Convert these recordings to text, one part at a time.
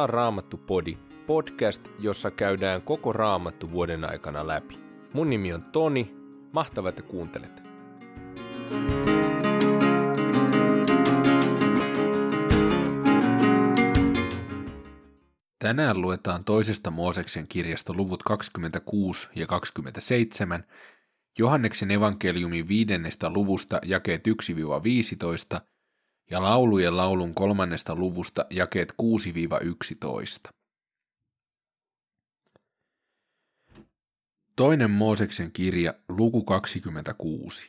on Raamattu-podi, podcast, jossa käydään koko Raamattu vuoden aikana läpi. Mun nimi on Toni, mahtavaa, että kuuntelet. Tänään luetaan toisesta Mooseksen kirjasta luvut 26 ja 27, Johanneksen evankeliumin 5. luvusta jakeet 1-15 ja laulujen laulun 3. luvusta jakeet 6-11. Toinen Mooseksen kirja, luku 26.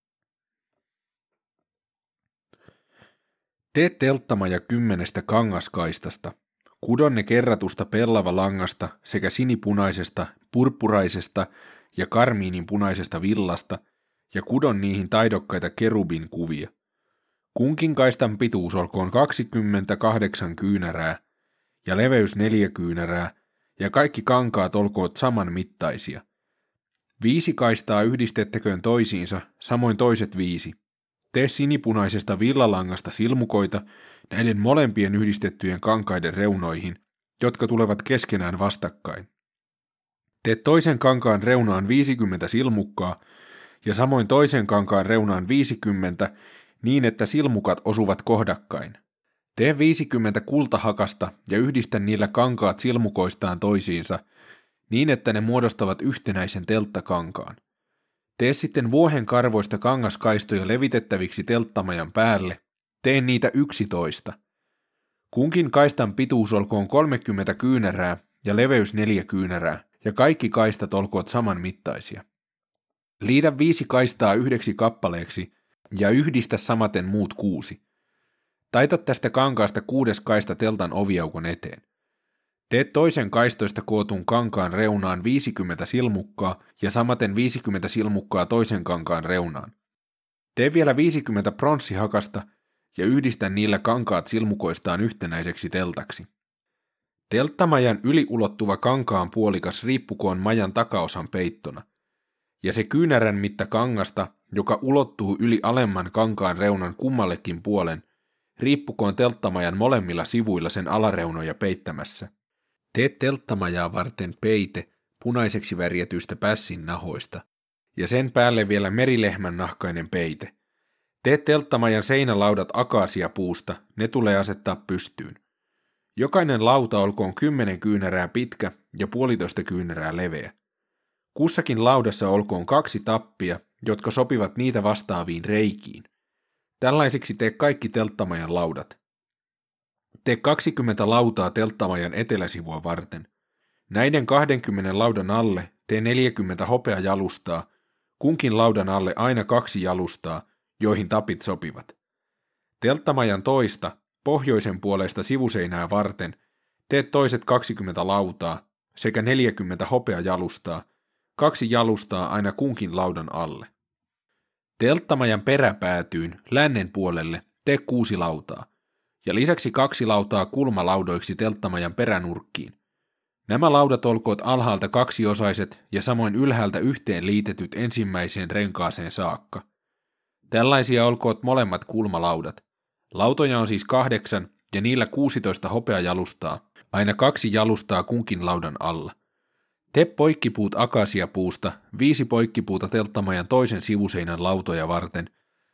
Tee telttamaja 10 kangaskaistasta, kudon ne kerratusta pellavalangasta sekä sinipunaisesta, purppuraisesta ja karmiininpunaisesta villasta ja kudon niihin taidokkaita kerubin kuvia. Kunkin kaistan pituus olkoon 28 kyynärää ja leveys 4 kyynärää ja kaikki kankaat olkoot saman mittaisia. 5 kaistaa yhdistettäköön toisiinsa, samoin toiset 5. Tee sinipunaisesta villalangasta silmukoita näiden molempien yhdistettyjen kankaiden reunoihin, jotka tulevat keskenään vastakkain. Tee toisen kankaan reunaan 50 silmukkaa ja samoin toisen kankaan reunaan 50 niin, että silmukat osuvat kohdakkain. Tee 50 kultahakasta ja yhdistä niillä kankaat silmukoistaan toisiinsa niin, että ne muodostavat yhtenäisen telttakankaan. Tee sitten vuohen karvoista kangaskaistoja levitettäviksi telttamajan päälle. Tee niitä 11. Kunkin kaistan pituus olkoon 30 kyynärää ja leveys 4 kyynärää, ja kaikki kaistat olkoot saman mittaisia. Liitä 5 kaistaa 1 kappaleeksi ja yhdistä samaten muut 6. Taita tästä kankaasta 6. kaista teltan oviaukon eteen. Tee toisen kaistoista kootun kankaan reunaan 50 silmukkaa ja samaten 50 silmukkaa toisen kankaan reunaan. Tee vielä 50 pronssihakasta ja yhdistä niillä kankaat silmukoistaan yhtenäiseksi teltaksi. Telttamajan yliulottuva kankaan puolikas riippukoon majan takaosan peittona, ja se kyynärän mitta kangasta, joka ulottuu yli alemman kankaan reunan kummallekin puolen, riippukoon telttamajan molemmilla sivuilla sen alareunoja peittämässä. Tee telttamajaa varten peite punaiseksi värjätyistä pässin nahoista, ja sen päälle vielä merilehmän nahkainen peite. Tee telttamajan seinälaudat akaasiapuusta, ne tulee asettaa pystyyn. Jokainen lauta olkoon 10 kyynärää pitkä ja 1,5 kyynärää leveä. Kussakin laudassa olkoon 2 tappia, jotka sopivat niitä vastaaviin reikiin. Tällaisiksi tee kaikki telttamajan laudat. Tee 20 lautaa telttamajan eteläsivua varten. Näiden 20 laudan alle tee 40 hopeajalustaa, kunkin laudan alle aina 2 jalustaa, joihin tapit sopivat. Telttamajan toista, pohjoisen puoleista sivuseinää varten, tee toiset 20 lautaa sekä 40 hopeajalustaa, 2 jalustaa aina kunkin laudan alle. Telttamajan peräpäätyyn, lännen puolelle, tee 6 lautaa, ja lisäksi 2 lautaa kulmalaudoiksi telttamajan peränurkkiin. Nämä laudat olkoot alhaalta 2-osaiset ja samoin ylhäältä yhteen liitetyt ensimmäiseen renkaaseen saakka. Tällaisia olkoot molemmat kulmalaudat. Lautoja on siis 8 ja niillä 16 hopeajalustaa, aina 2 jalustaa kunkin laudan alla. Tee poikkipuut akaasiapuusta, 5 poikkipuuta telttamajan toisen sivuseinän lautoja varten,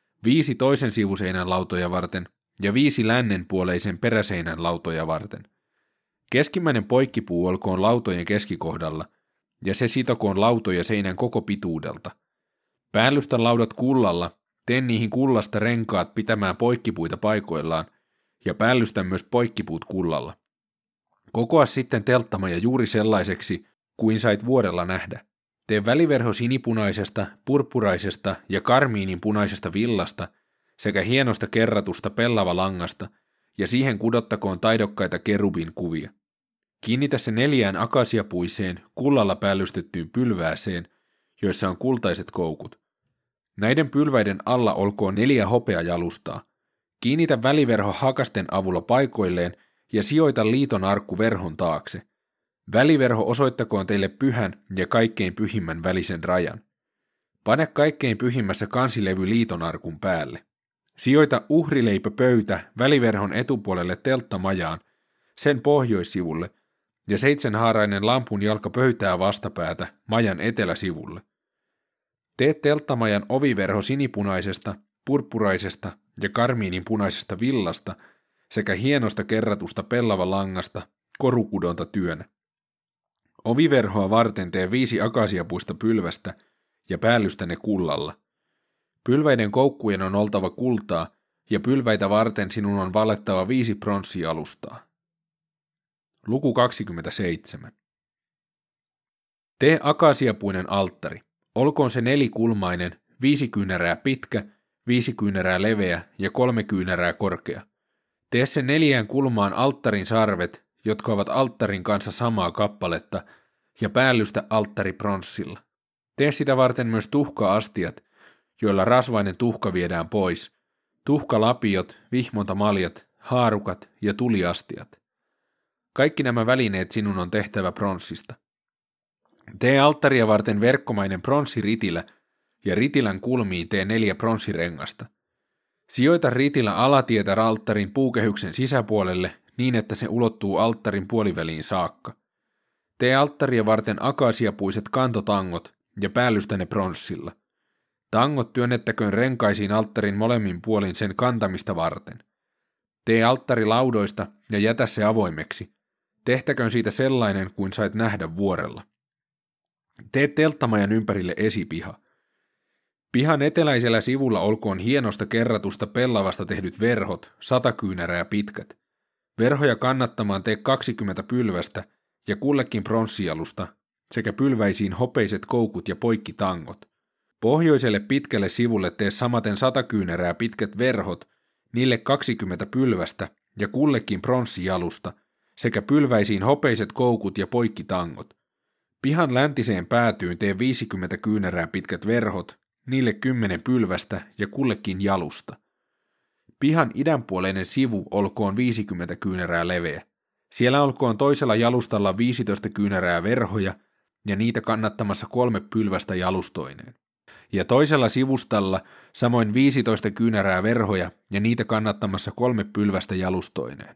5 toisen sivuseinän lautoja varten ja 5 lännenpuoleisen peräseinän lautoja varten. Keskimmäinen poikkipuu olkoon lautojen keskikohdalla, ja se sitokoon lautoja seinän koko pituudelta. Päällystä laudat kullalla, tee niihin kullasta renkaat pitämään poikkipuita paikoillaan, ja päällystä myös poikkipuut kullalla. Kokoa sitten telttamaja juuri sellaiseksi, kuin sait vuodella nähdä. Tee väliverho sinipunaisesta, purppuraisesta ja karmiininpunaisesta villasta sekä hienosta kerratusta pellavalangasta, ja siihen kudottakoon taidokkaita kerubin kuvia. Kiinnitä se 4 akaasiapuiseen, kullalla päällystettyyn pylvääseen, joissa on kultaiset koukut. Näiden pylväiden alla olkoon 4 hopeajalustaa. Kiinnitä väliverho hakasten avulla paikoilleen ja sijoita liiton arkku verhon taakse. Väliverho osoittakoon teille pyhän ja kaikkein pyhimmän välisen rajan. Pane kaikkein pyhimmässä kansilevy liiton arkun päälle. Sijoita uhrileipäpöytä väliverhon etupuolelle telttamajaan sen pohjoissivulle, ja 7-haarainen lampun jalka pöytää vastapäätä majan eteläsivulle. Tee telttamajan oviverho sinipunaisesta, purppuraisesta ja karmiininpunaisesta villasta sekä hienosta kerratusta pellavalangasta korukudonta työnä. Oviverhoa varten tee 5 akasiapuista pylvästä ja päällystä ne kullalla. Pylväiden koukkujen on oltava kultaa ja pylväitä varten sinun on valettava 5 pronssialustaa. Luku 27. Tee akasiapuinen alttari. Olkoon se 4-kulmainen, 5 kyynärää pitkä, 5 kyynärää leveä ja 3 kyynärää korkea. Tee se 4 kulmaan alttarin sarvet, jotka ovat alttarin kanssa samaa kappaletta, ja päällystä alttari pronssilla. Tee sitä varten myös tuhka-astiat, joilla rasvainen tuhka viedään pois, tuhkalapiot, vihmontamaljat, haarukat ja tuliastiat. Kaikki nämä välineet sinun on tehtävä pronssista. Tee alttaria varten verkkomainen pronssiritilä ja ritilän kulmiin tee 4 pronssirengasta. Sijoita ritilä alatietä alttarin puukehyksen sisäpuolelle niin, että se ulottuu alttarin puoliväliin saakka. Tee alttaria varten akasiapuiset kantotangot ja päällystä ne pronssilla. Tangot työnnettäköön renkaisiin alttarin molemmin puolin sen kantamista varten. Tee alttari laudoista ja jätä se avoimeksi. Tehtäköön siitä sellainen kuin sait nähdä vuorella. Tee telttamajan ympärille esipiha. Pihan eteläisellä sivulla olkoon hienosta kerratusta pellavasta tehdyt verhot, 100 kyynärää pitkät. Verhoja kannattamaan tee 20 pylvästä ja kullekin pronssialusta sekä pylväisiin hopeiset koukut ja poikkitangot. Pohjoiselle pitkälle sivulle tee samaten 100 kyynärää pitkät verhot, niille 20 pylvästä ja kullekin pronssijalusta sekä pylväisiin hopeiset koukut ja poikkitangot. Pihan läntiseen päätyyn tee 50 kyynärää pitkät verhot, niille 10 pylvästä ja kullekin jalusta. Pihan idänpuoleinen sivu olkoon 50 kyynärää leveä. Siellä olkoon toisella jalustalla 15 kyynärää verhoja ja niitä kannattamassa 3 pylvästä jalustoineen. Ja toisella sivustalla samoin 15 kyynärää verhoja ja niitä kannattamassa 3 pylvästä jalustoineen.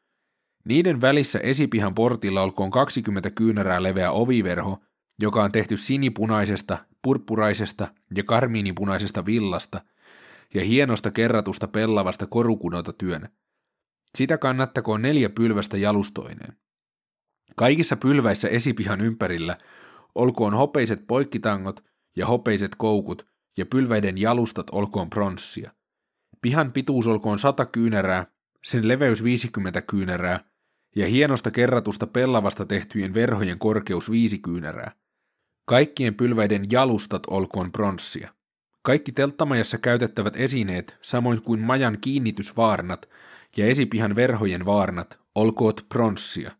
Niiden välissä esipihan portilla olkoon 20 kyynärää leveä oviverho, joka on tehty sinipunaisesta, purppuraisesta ja karmiinipunaisesta villasta ja hienosta kerratusta pellavasta korukudonta työnä. Sitä kannattakoon 4 pylvästä jalustoineen. Kaikissa pylväissä esipihan ympärillä olkoon hopeiset poikkitangot ja hopeiset koukut ja pylväiden jalustat olkoon pronssia. Pihan pituus olkoon 100 kyynärää, sen leveys 50 kyynärää ja hienosta kerratusta pellavasta tehtyjen verhojen korkeus 5 kyynärää. Kaikkien pylväiden jalustat olkoon pronssia. Kaikki telttamajassa käytettävät esineet, samoin kuin majan kiinnitysvaarnat ja esipihan verhojen vaarnat, olkoot pronssia.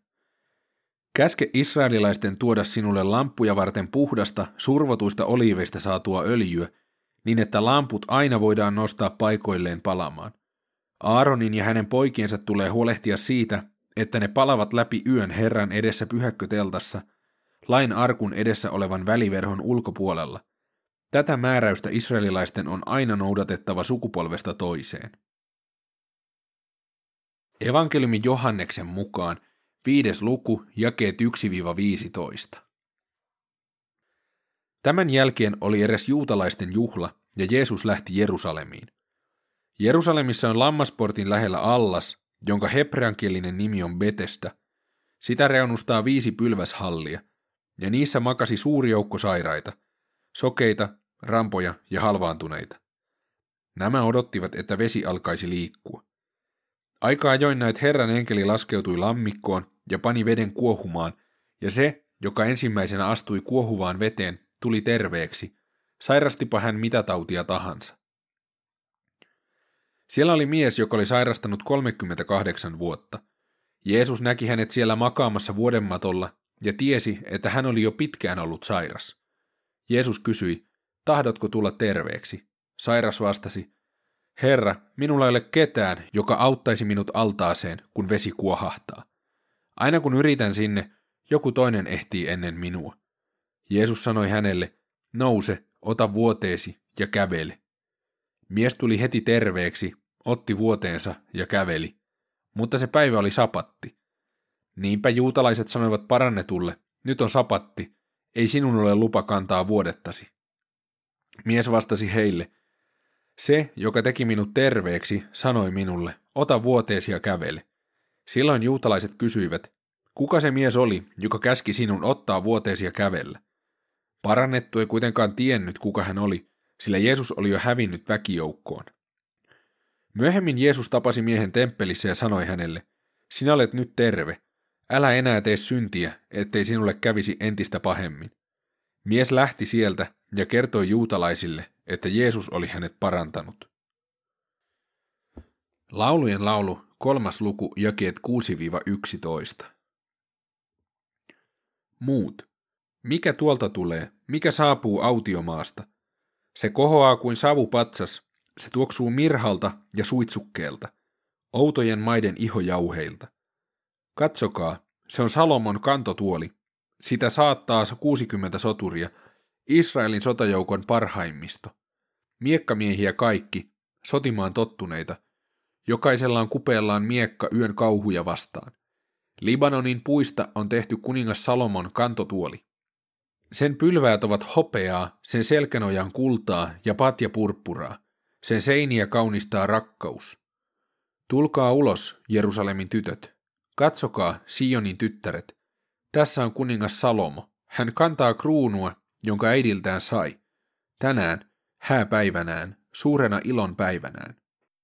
Käske israelilaisten tuoda sinulle lamppuja varten puhdasta, survotuista oliiveista saatua öljyä, niin että lamput aina voidaan nostaa paikoilleen palamaan. Aaronin ja hänen poikiensa tulee huolehtia siitä, että ne palavat läpi yön Herran edessä pyhäkköteltassa, lain arkun edessä olevan väliverhon ulkopuolella. Tätä määräystä israelilaisten on aina noudatettava sukupolvesta toiseen. Evankeliumi Johanneksen mukaan 5. luku, jakeet 1-15. Tämän jälkeen oli eräs juutalaisten juhla, ja Jeesus lähti Jerusalemiin. Jerusalemissa on lammasportin lähellä allas, jonka hebreankielinen nimi on Betesda. Sitä reunustaa 5 pylväshallia, ja niissä makasi suuri joukko sairaita, sokeita, rampoja ja halvaantuneita. Nämä odottivat, että vesi alkaisi liikkua. Aika ajoin näet Herran enkeli laskeutui lammikkoon ja pani veden kuohumaan, ja se, joka ensimmäisenä astui kuohuvaan veteen, tuli terveeksi, sairastipa hän mitä tautia tahansa. Siellä oli mies, joka oli sairastanut 38 vuotta. Jeesus näki hänet siellä makaamassa vuodenmatolla ja tiesi, että hän oli jo pitkään ollut sairas. Jeesus kysyi, tahdotko tulla terveeksi? Sairas vastasi, Herra, minulla ei ole ketään, joka auttaisi minut altaaseen, kun vesi kuohahtaa. Aina kun yritän sinne, joku toinen ehtii ennen minua. Jeesus sanoi hänelle, nouse, ota vuoteesi ja kävele. Mies tuli heti terveeksi, otti vuoteensa ja käveli, mutta se päivä oli sapatti. Niinpä juutalaiset sanoivat parannetulle, nyt on sapatti, ei sinun ole lupa kantaa vuodettasi. Mies vastasi heille, se, joka teki minut terveeksi, sanoi minulle, ota vuoteesi ja kävele. Silloin juutalaiset kysyivät, kuka se mies oli, joka käski sinun ottaa vuoteesi ja kävellä? Parannettu ei kuitenkaan tiennyt, kuka hän oli, sillä Jeesus oli jo hävinnyt väkijoukkoon. Myöhemmin Jeesus tapasi miehen temppelissä ja sanoi hänelle, sinä olet nyt terve, älä enää tee syntiä, ettei sinulle kävisi entistä pahemmin. Mies lähti sieltä ja kertoi juutalaisille, että Jeesus oli hänet parantanut. Laulujen laulu, 3. luku, jakeet 6-11. Muut. Mikä tuolta tulee, mikä saapuu autiomaasta? Se kohoaa kuin savupatsas, se tuoksuu mirhalta ja suitsukkeelta, outojen maiden ihojauheilta. Katsokaa, se on Salomon kantotuoli, sitä saattaa 60 soturia, Israelin sotajoukon parhaimmisto. Miekkamiehiä kaikki, sotimaan tottuneita, jokaisella on kupeellaan miekka yön kauhuja vastaan. Libanonin puista on tehty kuningas Salomon kantotuoli. Sen pylväät ovat hopeaa, sen selkänojan kultaa ja patja purppuraa, sen seiniä kaunistaa rakkaus. Tulkaa ulos, Jerusalemin tytöt. Katsokaa, Sionin tyttäret. Tässä on kuningas Salomo. Hän kantaa kruunua, jonka äidiltään sai. Tänään, hääpäivänään, suurena ilon päivänään.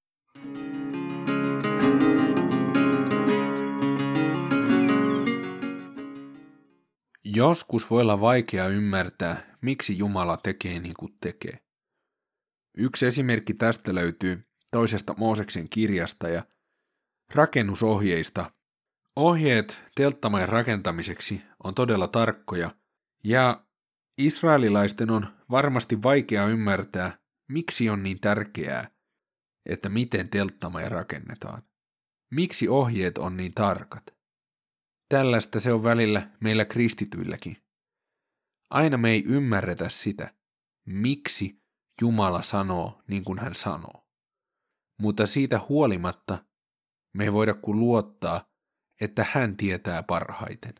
Joskus voi olla vaikea ymmärtää, miksi Jumala tekee niin kuin tekee. Yksi esimerkki tästä löytyy toisesta Mooseksen kirjasta ja rakennusohjeista. Ohjeet telttamajan rakentamiseksi on todella tarkkoja, ja israelilaisten on varmasti vaikea ymmärtää, miksi on niin tärkeää, että miten telttamaja rakennetaan. Miksi ohjeet on niin tarkat? Tällaista se on välillä meillä kristityilläkin. Aina me ei ymmärretä sitä, miksi Jumala sanoo niin kuin hän sanoo. Mutta siitä huolimatta me ei voida kuin luottaa, että hän tietää parhaiten.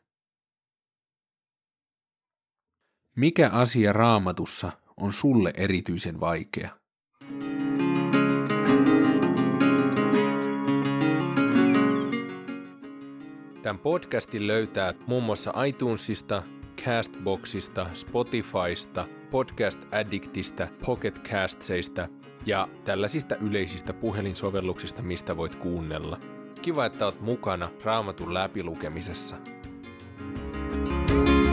Mikä asia Raamatussa on sulle erityisen vaikea? Tämän podcastin löytää muun muassa iTunesista, Castboxista, Spotifysta, Podcast Addictista, Pocket Castseista ja tällaisista yleisistä puhelinsovelluksista, mistä voit kuunnella. Kiva, että oot mukana Raamatun läpilukemisessa.